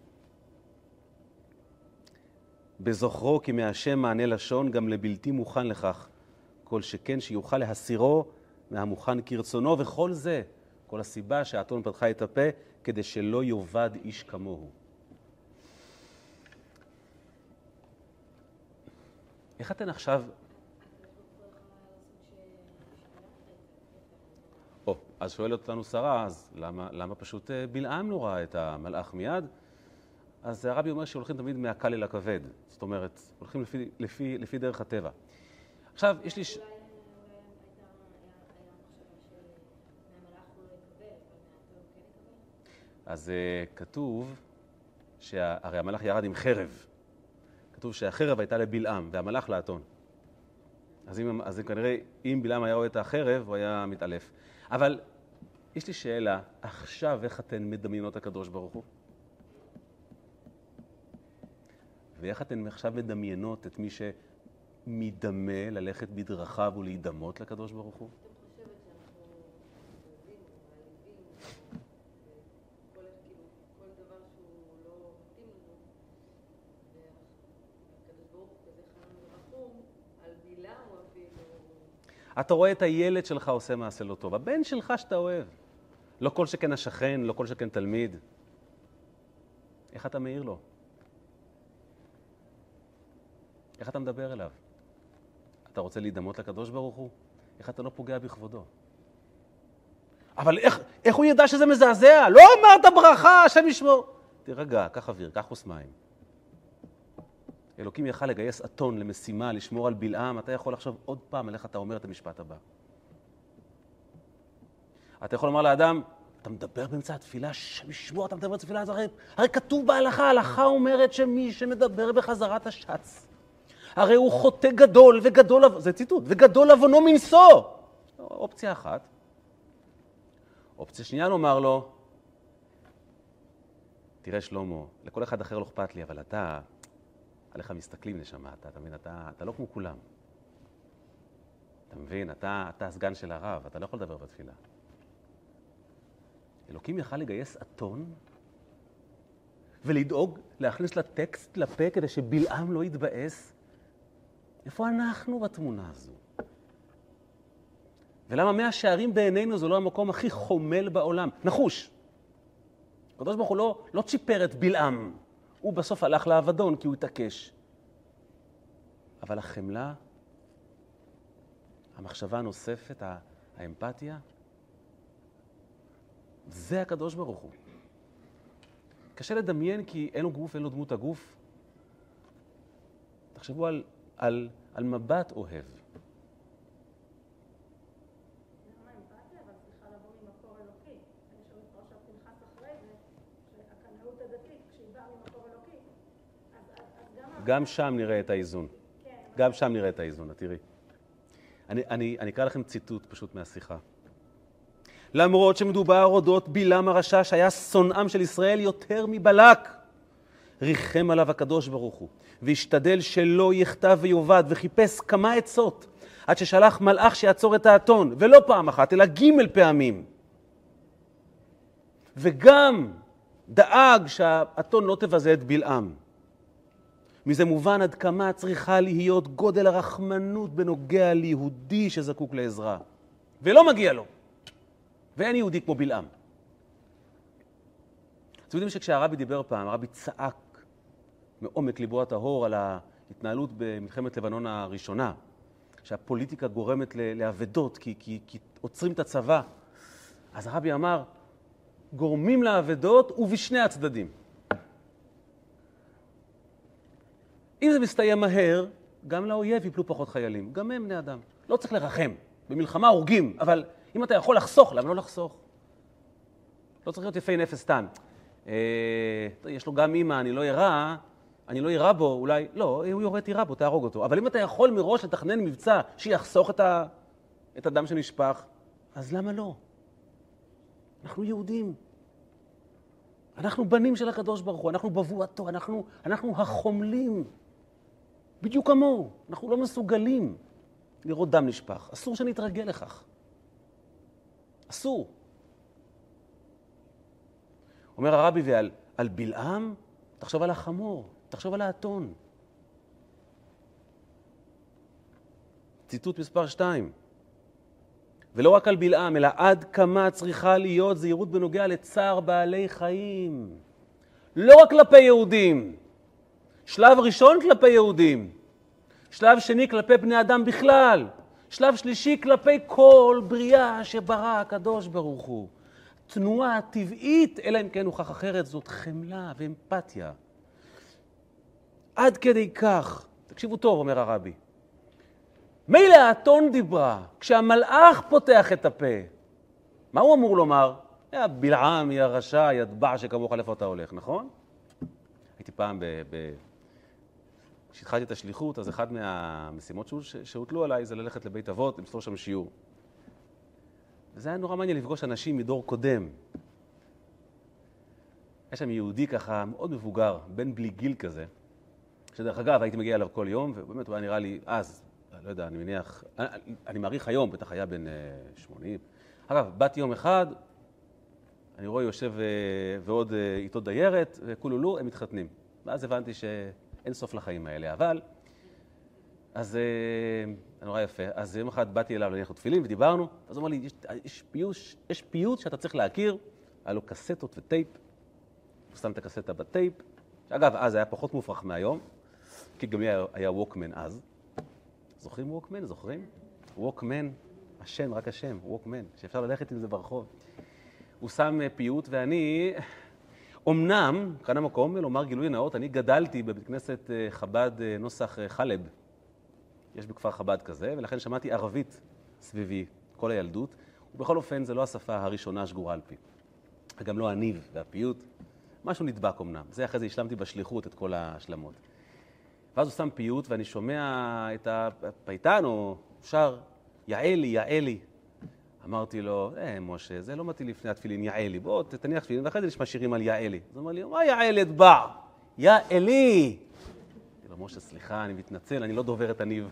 בזוכרו כי מהשם מענה לשון גם לבלתי מוכן לכך, כל שכן שיוכל להסירו מהמוכן כרצונו, וכל זה, כל הסיבה שהאתון פתחה את הפה, כדי שלא יובד איש כמוהו. איך אתן עכשיו... אז שואלת אותנו שרה, אז למה פשוט בלעם לא ראה את המלאך מיד? אז הרבי אומר שהולכים תמיד מהקל אל הכבד. זאת אומרת, הולכים לפי דרך הטבע. עכשיו, יש לי... אולי הייתה מחשבה שמהמלאך הוא לא יקבל, אבל מהאתון כן יקבל? אז כתוב שהרי המלאך ירד עם חרב. כתוב שהחרב הייתה לבלעם והמלאך לאתון. אז כנראה אם בלעם היה רואה את החרב, הוא היה מתעלף. אבל יש לי שאלה, עכשיו איך אתן מדמיינות הקדוש ברוך הוא? ואיך אתן עכשיו מדמיינות את מי שמדמה ללכת בדרכיו ולהידמות לקדוש ברוך הוא? אני חושבת שאנחנו מזלזים ומעליבים כל דבר שהוא לא מתאים לנו, והקדוש ברוך הוא כזה חנון ורחום, על בלעם הוא אפילו... אתה רואה את הילד שלך עושה מעשה לא טוב, הבן שלך שאתה אוהב. לא כל שכן השכן, לא כל שכן תלמיד. איך אתה מעיר לו? איך אתה מדבר אליו? אתה רוצה להידמות לקדוש ברוך הוא? איך אתה לא פוגע בכבודו? אבל איך הוא ידע שזה מזעזע? לא אמרת ברכה, השם ישמור. תירגע, קח אוויר, קח כוס מים. אלוקים יכל לגייס אתון למשימה, לשמור על בלעם, אתה יכול לחשוב עוד פעם על איך אתה אומר את המשפט הבא. אתה יכול לומר לאדם, אתה מדבר באמצע התפילה, השם ישמור, אתה מדבר באמצע התפילה, הרי כתוב בהלכה, ההלכה אומרת שמי שמדבר בחזרת השץ, הרי הוא חוטא גדול וגדול, זה ציטוט, וגדול עוונו מנשוא. אופציה אחת. אופציה שנייה לומר לו, תראה שלמה, לכל אחד אחר לא אכפת לי, אבל אתה, עליך מסתכלים נשמה, אתה מבין, אתה לא כמו כולם. אתה מבין, אתה הסגן של הרב, אתה לא יכול לדבר בתפילה. אלוקים יכל לגייס אתון ולדאוג להכניס לטקסט לפה כדי שבלעם לא יתבאס. איפה אנחנו בתמונה הזו? ולמה 100 שערים בעינינו זה לא המקום הכי חומל בעולם? נחוש. הקדוש ברוך הוא לא צ'יפר את בלעם. הוא בסוף הלך לאבדון כי הוא התעקש. אבל החמלה, המחשבה הנוספת, האמפתיה, זה הקדוש ברוך הוא. קשה לדמיין כי אין לו גוף, אין לו דמות הגוף. תחשבו על על מבט אוהב. למה אמפתיה? אבל צריכה לבוא ממקור אלוקי. אני שואלת פרשת פנחס אחרי זה, שהקנאות הדתית, כשהיא באה ממקור אלוקי, אז גם שם נראה את האיזון. גם שם נראה את האיזון, תראי. אני אקרא לכם ציטוט פשוט מהשיחה. למרות שמדובר אודות בלעם הרשע שהיה שונאם של ישראל יותר מבלק, ריחם עליו הקדוש ברוך הוא, והשתדל שלא יכתב ויובד, וחיפש כמה עצות, עד ששלח מלאך שיעצור את האתון, ולא פעם אחת, אלא ג' פעמים. וגם דאג שהאתון לא תבזה את בלעם. מזה מובן עד כמה צריכה להיות גודל הרחמנות בנוגע ליהודי שזקוק לעזרה. ולא מגיע לו. ואין יהודי כמו בלעם. אתם יודעים שכשהרבי דיבר פעם, הרבי צעק מעומק ליבו הטהור על ההתנהלות במלחמת לבנון הראשונה, שהפוליטיקה גורמת לאבדות, כי עוצרים את הצבא. אז הרבי אמר, גורמים לאבדות ובשני הצדדים. אם זה מסתיים מהר, גם לאויב יפלו פחות חיילים. גם הם בני אדם. לא צריך לרחם. במלחמה הורגים, אבל אם אתה יכול לחסוך, למה לא לחסוך? לא צריך להיות יפי נפש סתם. יש לו גם אמא, אני לא אירה בו, אולי, לא, הוא יורה תירה בו, תהרוג אותו. אבל אם אתה יכול מראש לתכנן מבצע שיחסוך את הדם שנשפך, אז למה לא? אנחנו יהודים. אנחנו בנים של הקדוש ברוך הוא, אנחנו בבואתו, אנחנו החומלים. בדיוק כמוהו. אנחנו לא מסוגלים לראות דם נשפך. אסור שנתרגל לכך. אסור. אומר הרבי, ועל בלעם, תחשוב על החמור, תחשוב על האתון. ציטוט מספר 2. ולא רק על בלעם, אלא עד כמה צריכה להיות זהירות בנוגע לצער בעלי חיים. לא רק כלפי יהודים. שלב ראשון כלפי יהודים. שלב שני כלפי בני אדם בכלל. שלב שלישי כלפי כל בריאה שברא הקדוש ברוך הוא. תנועה טבעית, אלא אם כן הוכח אחרת, זאת חמלה ואמפתיה. עד כדי כך, תקשיבו טוב, אומר הרבי, מילא האתון דיברה, כשהמלאך פותח את הפה, מה הוא אמור לומר? יא בלעם, יא רשע, יא דבע שכמוך לאיפה אתה הולך, נכון? הייתי פעם כשהתחלתי את השליחות, אז אחד מהמשימות שהוטלו עליי זה ללכת לבית אבות, למסור שם שיעור. וזה היה נורא מעניין לפגוש אנשים מדור קודם. יש שם יהודי ככה מאוד מבוגר, בן בלי גיל כזה, שדרך אגב הייתי מגיע אליו כל יום, ובאמת הוא היה נראה לי אז, לא יודע, אני מניח, אני מעריך היום, בטח היה בן 80. אגב, באתי יום אחד, אני רואה יושב ועוד איתו דיירת, וכולולו, הם מתחתנים. ואז הבנתי שאין סוף לחיים האלה, אבל, אז נורא יפה. אז יום אחד באתי אליו להניח לו תפילין ודיברנו, אז הוא אמר לי, יש פיוט שאתה צריך להכיר, היה לו קסטות וטייפ, הוא שם את הקסטה בטייפ, שאגב, אז היה פחות מופרך מהיום, כי גם לי היה ווקמן אז. זוכרים ווקמן? זוכרים? ווקמן, השם, רק השם, ווקמן, שאפשר ללכת עם זה ברחוב. הוא שם פיוט ואני, אמנם, כאן המקום, לומר גילוי נאות, אני גדלתי בבית כנסת חב"ד נוסח חלב. יש בכפר חב"ד כזה, ולכן שמעתי ערבית סביבי כל הילדות, ובכל אופן זה לא השפה הראשונה שגורה על פי. וגם לא הניב והפיוט, משהו נדבק אמנם. זה אחרי זה השלמתי בשליחות את כל ההשלמות. ואז הוא שם פיוט ואני שומע את הפייטן או שר, יעלי, יעלי. אמרתי לו, משה, זה לא מתאים לפני התפילין, יעלי. בוא, תניח תפילין, ואחרי זה נשמע שירים על יעלי. אז הוא אמר לי, מה יעלי דבע? יעלי. אמרתי לו, משה, סליחה, אני מתנצל, אני לא דובר את הניב.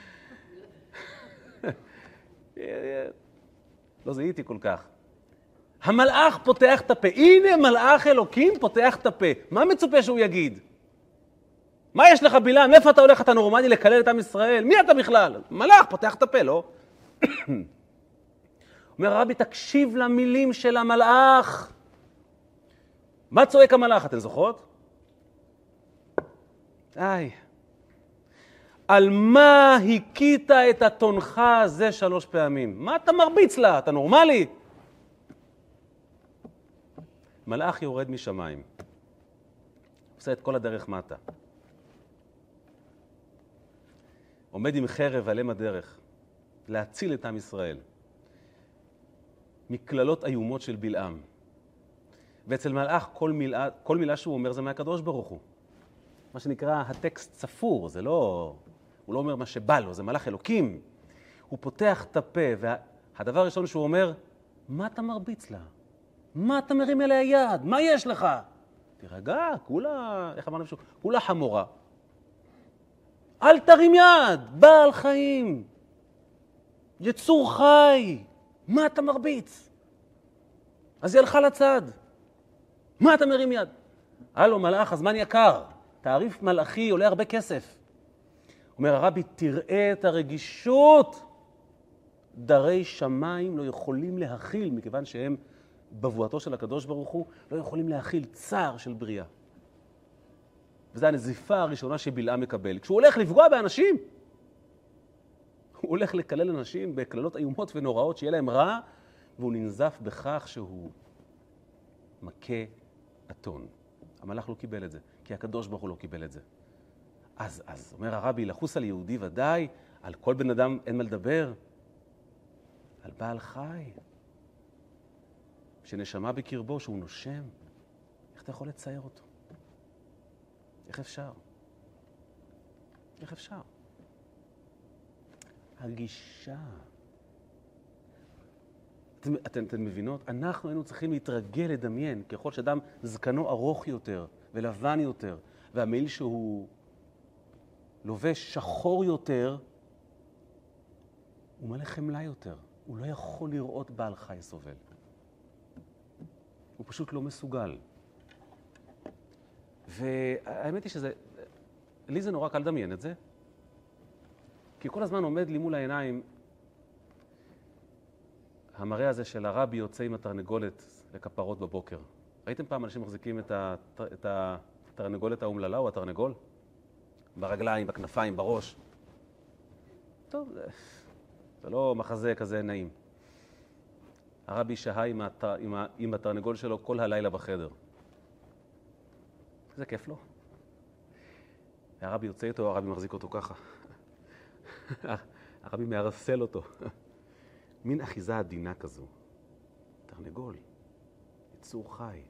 לא זיהיתי כל כך. המלאך פותח את הפה. הנה מלאך אלוקים פותח את הפה. מה מצופה שהוא יגיד? מה יש לך בלעם? איפה אתה הולך? אתה נורמלי לקלל את עם ישראל? מי אתה בכלל? מלאך פותח את הפה, לא? אומר הרבי, תקשיב למילים של המלאך. מה צועק המלאך? אתן זוכרות? על מה הכית את אתונך הזה 3 פעמים? מה אתה מרביץ לה? אתה נורמלי? מלאך יורד משמיים. עושה את כל הדרך מטה. עומד עם חרב על אם הדרך, להציל את עם ישראל, מכללות איומות של בלעם. ואצל מלאך כל מילה שהוא אומר זה מהקדוש ברוך הוא. מה שנקרא הטקסט ספור, זה לא, הוא לא אומר מה שבא לו, זה מלאך אלוקים. הוא פותח את הפה, והדבר הראשון שהוא אומר, מה אתה מרביץ לה? מה אתה מרים אליה יד? מה יש לך? תירגע, כולה, איך אמרנו משהו? כולה חמורה. אל תרים יד, בעל חיים, יצור חי, מה אתה מרביץ? אז היא הלכה לצד. מה אתה מרים יד? הלו מלאך, הזמן יקר. תעריף מלאכי עולה הרבה כסף. אומר הרבי, תראה את הרגישות. דרי שמיים לא יכולים להכיל, מכיוון שהם בבואתו של הקדוש ברוך הוא, לא יכולים להכיל צער של בריאה. וזו הנזיפה הראשונה שבלעם מקבל. כשהוא הולך לפגוע באנשים, הוא הולך לקלל אנשים בקללות איומות ונוראות, שיהיה להם רע, והוא ננזף בכך שהוא מכה אתון. המלאך לא קיבל את זה, כי הקדוש ברוך הוא לא קיבל את זה. אז אומר הרבי, לחוס על יהודי ודאי, על כל בן אדם אין מה לדבר, על בעל חי, שנשמה בקרבו, שהוא נושם. איך אתה יכול לצייר אותו? איך אפשר? איך אפשר? הגישה. אתן מבינות? אנחנו היינו צריכים להתרגל, לדמיין, ככל שאדם זקנו ארוך יותר ולבן יותר, והמעיל שהוא לובש שחור יותר, הוא מלא חמלה יותר. הוא לא יכול לראות בעל חי סובל. הוא פשוט לא מסוגל. והאמת היא שזה, לי זה נורא קל לדמיין את זה, כי כל הזמן עומד לי מול העיניים המראה הזה של הרבי יוצא עם התרנגולת לכפרות בבוקר. ראיתם פעם אנשים מחזיקים את התרנגולת האומללה או התרנגול? ברגליים, בכנפיים, בראש. טוב, זה לא מחזה כזה נעים. הרבי שהה עם התרנגול שלו כל הלילה בחדר. זה כיף לו. הרבי יוצא איתו, הרבי מחזיק אותו ככה. הרבי מערסל אותו. מין אחיזה עדינה כזו. תרנגול, יצור חי.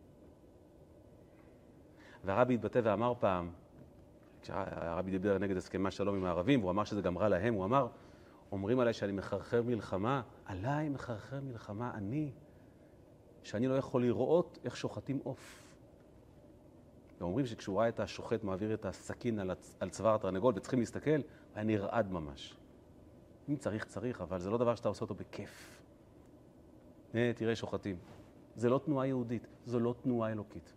והרבי התבטא ואמר פעם, כשהרבי דיבר נגד הסכמי שלום עם הערבים, הוא אמר שזה גם רע להם, הוא אמר, אומרים עליי שאני מחרחר מלחמה, עליי מחרחר מלחמה אני, שאני לא יכול לראות איך שוחטים עוף. ואומרים שכשהוא ראה את השוחט מעביר את הסכין על צוואר התרנגול, וצריכים להסתכל, היה נרעד ממש. אם צריך, אבל זה לא דבר שאתה עושה אותו בכיף. תראה שוחטים. זה לא תנועה יהודית, זו לא תנועה אלוקית.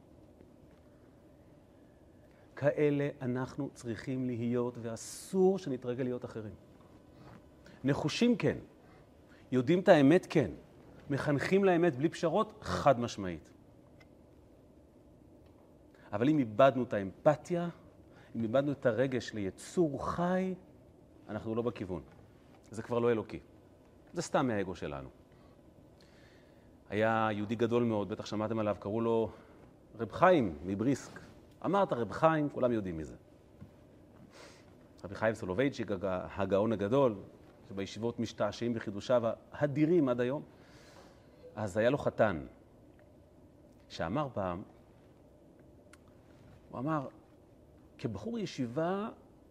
כאלה אנחנו צריכים להיות, ואסור שנתרגל להיות אחרים. נחושים כן, יודעים את האמת כן, מחנכים לאמת בלי פשרות חד משמעית. אבל אם איבדנו את האמפתיה, אם איבדנו את הרגש ליצור חי, אנחנו לא בכיוון. זה כבר לא אלוקי. זה סתם מהאגו שלנו. היה יהודי גדול מאוד, בטח שמעתם עליו, קראו לו רב חיים מבריסק. אמרת רב חיים, כולם יודעים מזה. רב חיים סולובייצ'יק, הגאון הגדול, שבישיבות משתעשעים בחידושיו האדירים עד היום. אז היה לו חתן, שאמר פעם, הוא אמר, כבחור ישיבה,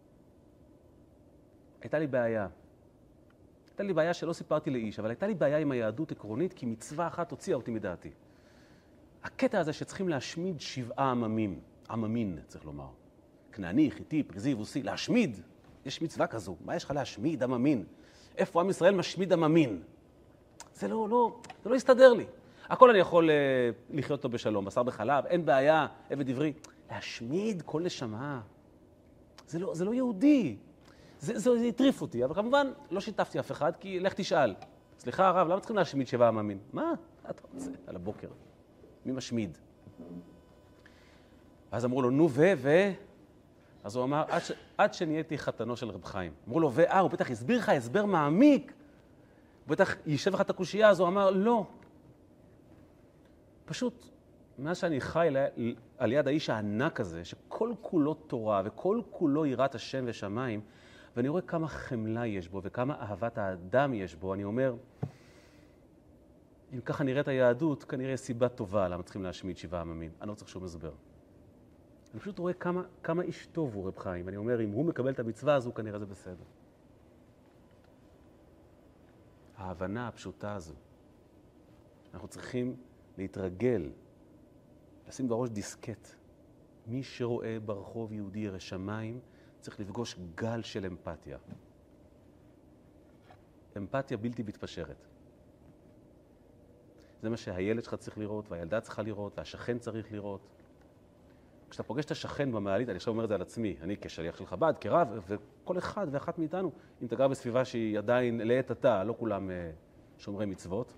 הייתה לי בעיה. הייתה לי בעיה שלא סיפרתי לאיש, אבל הייתה לי בעיה עם היהדות עקרונית, כי מצווה אחת הוציאה אותי מדעתי. הקטע הזה שצריכים להשמיד 7 עממים, עממין צריך לומר. כנעני, חיטי, פריזי, יבוסי, להשמיד. יש מצווה כזו, מה יש לך להשמיד עממין? איפה עם ישראל משמיד עממין? זה לא יסתדר לי. הכל אני יכול לחיות אותו בשלום, בשר בחלב, אין בעיה, עבד עברי. להשמיד כל נשמה. זה לא יהודי. זה הטריף אותי, אבל כמובן לא שיתפתי אף אחד, כי לך תשאל. סליחה הרב, למה צריכים להשמיד 7 עממים? מה אתה רוצה? על הבוקר. מי משמיד? אז אמרו לו, נו אז הוא אמר, עד שנהייתי חתנו של רב חיים. אמרו לו, הוא בטח הסביר לך הסבר מעמיק. הוא בטח יישב לך את הקושייה, אז הוא אמר, לא. פשוט, מאז שאני חי על יד האיש הענק הזה, שכל כולו תורה וכל כולו יראת השם ושמיים, ואני רואה כמה חמלה יש בו וכמה אהבת האדם יש בו, אני אומר, אם ככה נראית היהדות, כנראה סיבה טובה למה צריכים להשמיד 7 עממים. אני לא צריך שום הסבר. אני פשוט רואה כמה איש טוב הוא רב חיים. אני אומר, אם הוא מקבל את המצווה הזו, כנראה זה בסדר. ההבנה הפשוטה הזו. אנחנו צריכים להתרגל, לשים בראש דיסקט. מי שרואה ברחוב יהודי ירא שמיים, צריך לפגוש גל של אמפתיה. אמפתיה בלתי מתפשרת. זה מה שהילד שלך צריך לראות, והילדה צריכה לראות, והשכן צריך לראות. כשאתה פוגש את השכן במעלית, אני עכשיו אומר את זה על עצמי, אני כשליח של חב"ד, כרב, וכל אחד ואחת מאיתנו, אם אתה גר בסביבה שהיא עדיין לעת עתה, לא כולם שומרי מצוות,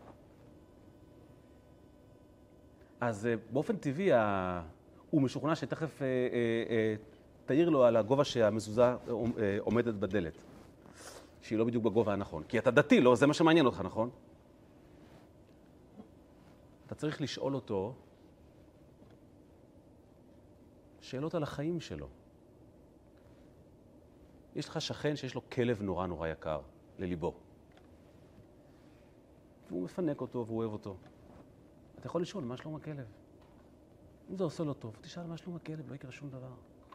אז באופן טבעי הוא משוכנע שתכף תעיר לו על הגובה שהמזוזה עומדת בדלת, שהיא לא בדיוק בגובה הנכון. כי אתה דתי, לא? זה מה שמעניין אותך, נכון? אתה צריך לשאול אותו שאלות על החיים שלו. יש לך שכן שיש לו כלב נורא נורא יקר לליבו. והוא מפנק אותו והוא אוהב אותו. אתה יכול לשאול מה שלום הכלב. אם זה עושה לו טוב, תשאל מה שלום הכלב, לא יקרה שום דבר.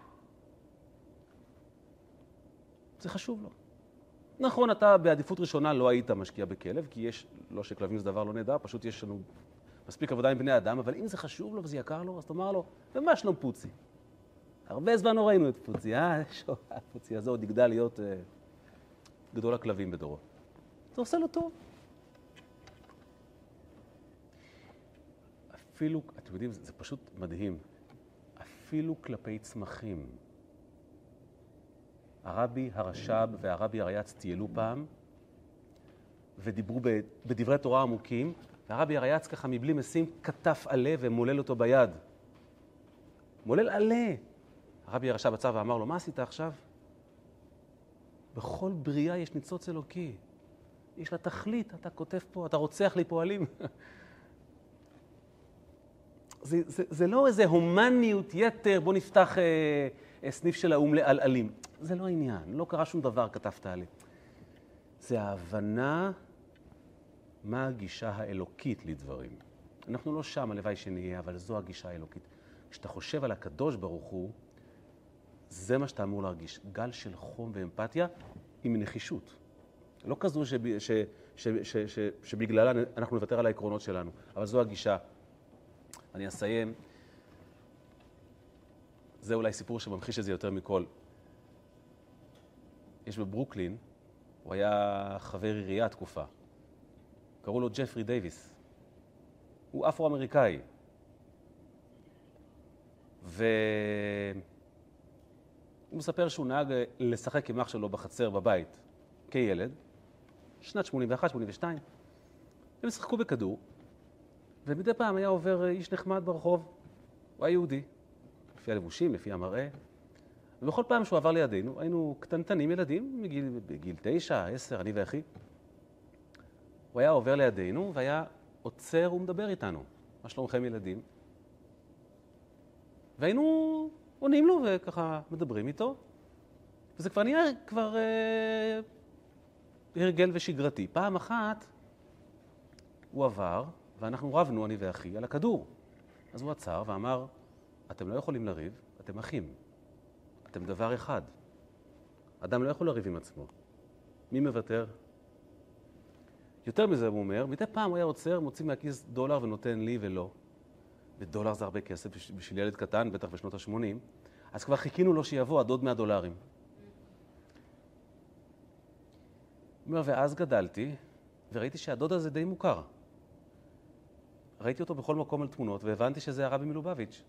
זה חשוב לו. נכון, אתה בעדיפות ראשונה לא היית משקיע בכלב, כי יש, לא שכלבים זה דבר לא נדע, פשוט יש לנו מספיק עבודה עם בני אדם, אבל אם זה חשוב לו וזה יקר לו, אז תאמר לו, ומה שלום פוצי? הרבה זמן לא ראינו את פוצי, פוצי הזה עוד יגדל להיות גדול הכלבים בדורו. זה עושה לו טוב. אפילו, אתם יודעים, זה פשוט מדהים, אפילו כלפי צמחים. הרבי הרש"ב והרבי הריי"צ טיילו פעם, ודיברו בדברי תורה עמוקים, והרבי הריי"צ ככה מבלי משים כתף עלה ומולל אותו ביד. מולל עלה. הרבי הרש"ב יצא ואמר לו, מה עשית עכשיו? בכל בריאה יש ניצוץ אלוקי. יש לה תכלית, אתה כותב פה, אתה רוצח לי פועלים. זה לא איזה הומניות יתר, בוא נפתח סניף של האום לעלעלים. זה לא העניין, לא קרה שום דבר, כתבת עלי. זה ההבנה מה הגישה האלוקית לדברים. אנחנו לא שם, הלוואי שנהיה, אבל זו הגישה האלוקית. כשאתה חושב על הקדוש ברוך הוא, זה מה שאתה אמור להרגיש. גל של חום ואמפתיה עם נחישות. לא כזו שבגללה אנחנו נוותר על העקרונות שלנו, אבל זו הגישה. אני אסיים. זה אולי סיפור שממחיש את זה יותר מכל. יש בברוקלין, הוא היה חבר עירייה תקופה. קראו לו ג'פרי דייביס. הוא אפרו-אמריקאי. והוא מספר שהוא נהג לשחק עם אח שלו בחצר בבית כילד, שנת 81, 82. הם שחקו בכדור, ומדי פעם היה עובר איש נחמד ברחוב. הוא היה יהודי, לפי הלבושים, לפי המראה. ובכל פעם שהוא עבר לידינו, היינו קטנטנים ילדים, בגיל 9, 10, אני ואחי. הוא היה עובר לידינו והיה עוצר ומדבר איתנו. מה שלומכם ילדים? והיינו עונים לו וככה מדברים איתו. וזה כבר נהיה הרגל ושגרתי. פעם אחת הוא עבר ואנחנו רבנו, אני ואחי, על הכדור. אז הוא עצר ואמר, אתם לא יכולים לריב, אתם אחים. אתם דבר אחד. אדם לא יכול לריב עם עצמו. מי מוותר? יותר מזה הוא אומר, מדי פעם הוא היה עוצר, מוציא מהכיס דולר ונותן לי ולא. ודולר זה הרבה כסף בשביל ילד קטן, בטח בשנות ה-80. אז כבר חיכינו לו שיבוא עד עוד $100. הוא אומר, ואז גדלתי, וראיתי שהדוד הזה די מוכר. ראיתי אותו בכל מקום על תמונות, והבנתי שזה הרבי מלובביץ'.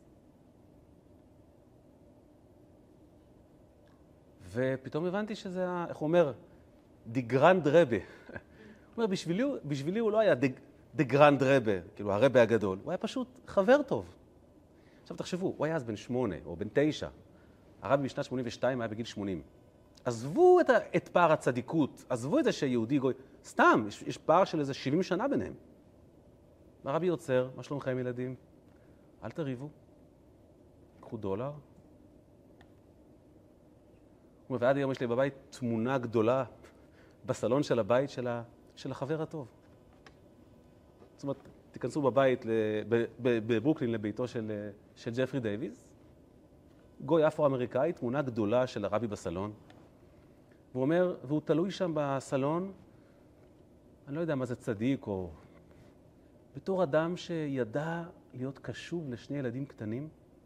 ופתאום הבנתי שזה, איך הוא אומר, די גרנד רבה. הוא אומר, בשבילי הוא לא היה די גרנד רבה, כאילו הרבה הגדול, הוא היה פשוט חבר טוב. עכשיו תחשבו, הוא היה אז בן 8 או בן 9. הרבי בשנת 82 היה בגיל 80. עזבו את פער הצדיקות, עזבו את זה שיהודי גוי, סתם, יש פער של איזה 70 שנה ביניהם. הרבי יוצר, מה שלומכם ילדים? אל תריבו, קחו דולר. הוא ועד היום יש לי בבית תמונה גדולה בסלון של הבית של החבר הטוב. זאת אומרת, תיכנסו בבית בברוקלין לביתו של ג'פרי דייוויס, גוי אפרו-אמריקאי, תמונה גדולה של הרבי בסלון, והוא אומר, והוא תלוי שם בסלון, אני לא יודע מה זה צדיק, או בתור אדם שידע להיות קשוב לשני ילדים קטנים,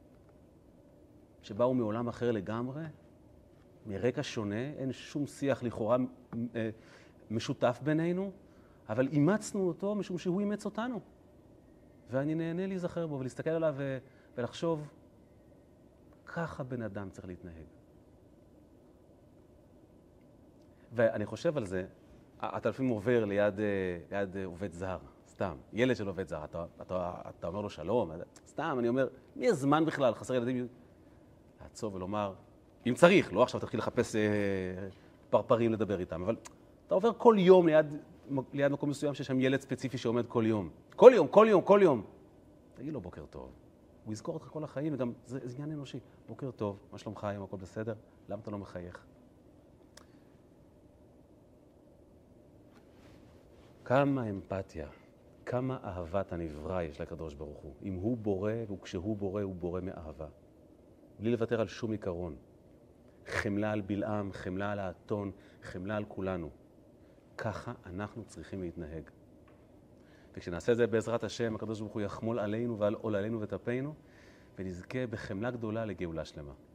שבאו מעולם אחר לגמרי, מרקע שונה, אין שום שיח לכאורה משותף בינינו, אבל אימצנו אותו משום שהוא אימץ אותנו. ואני נהנה להיזכר בו ולהסתכל עליו ולחשוב, ככה בן אדם צריך להתנהג. ואני חושב על זה, אתה לפעמים עובר ליד עובד זר, סתם, ילד של עובד זר, אתה אומר לו שלום, סתם, אני אומר, מי הזמן בכלל, חסר ילדים, לעצור ולומר, אם צריך, לא עכשיו תתחיל לחפש פרפרים לדבר איתם, אבל אתה עובר כל יום ליד מקום מסוים שיש שם ילד ספציפי שעומד כל יום. כל יום. תגיד לו בוקר טוב. הוא יזכור אותך כל החיים, וגם זה עניין אנושי. בוקר טוב, מה שלומך היום, הכל בסדר? למה אתה לא מחייך? כמה אמפתיה, כמה אהבת הנברא יש לקדוש ברוך הוא. אם הוא בורא, וכשהוא בורא, הוא בורא מאהבה. בלי לוותר על שום עיקרון. חמלה על בלעם, חמלה על האתון, חמלה על כולנו. ככה אנחנו צריכים להתנהג. וכשנעשה את זה בעזרת השם, הקדוש ברוך הוא יחמול עלינו ועל עוללינו וטפנו, ונזכה בחמלה גדולה לגאולה שלמה.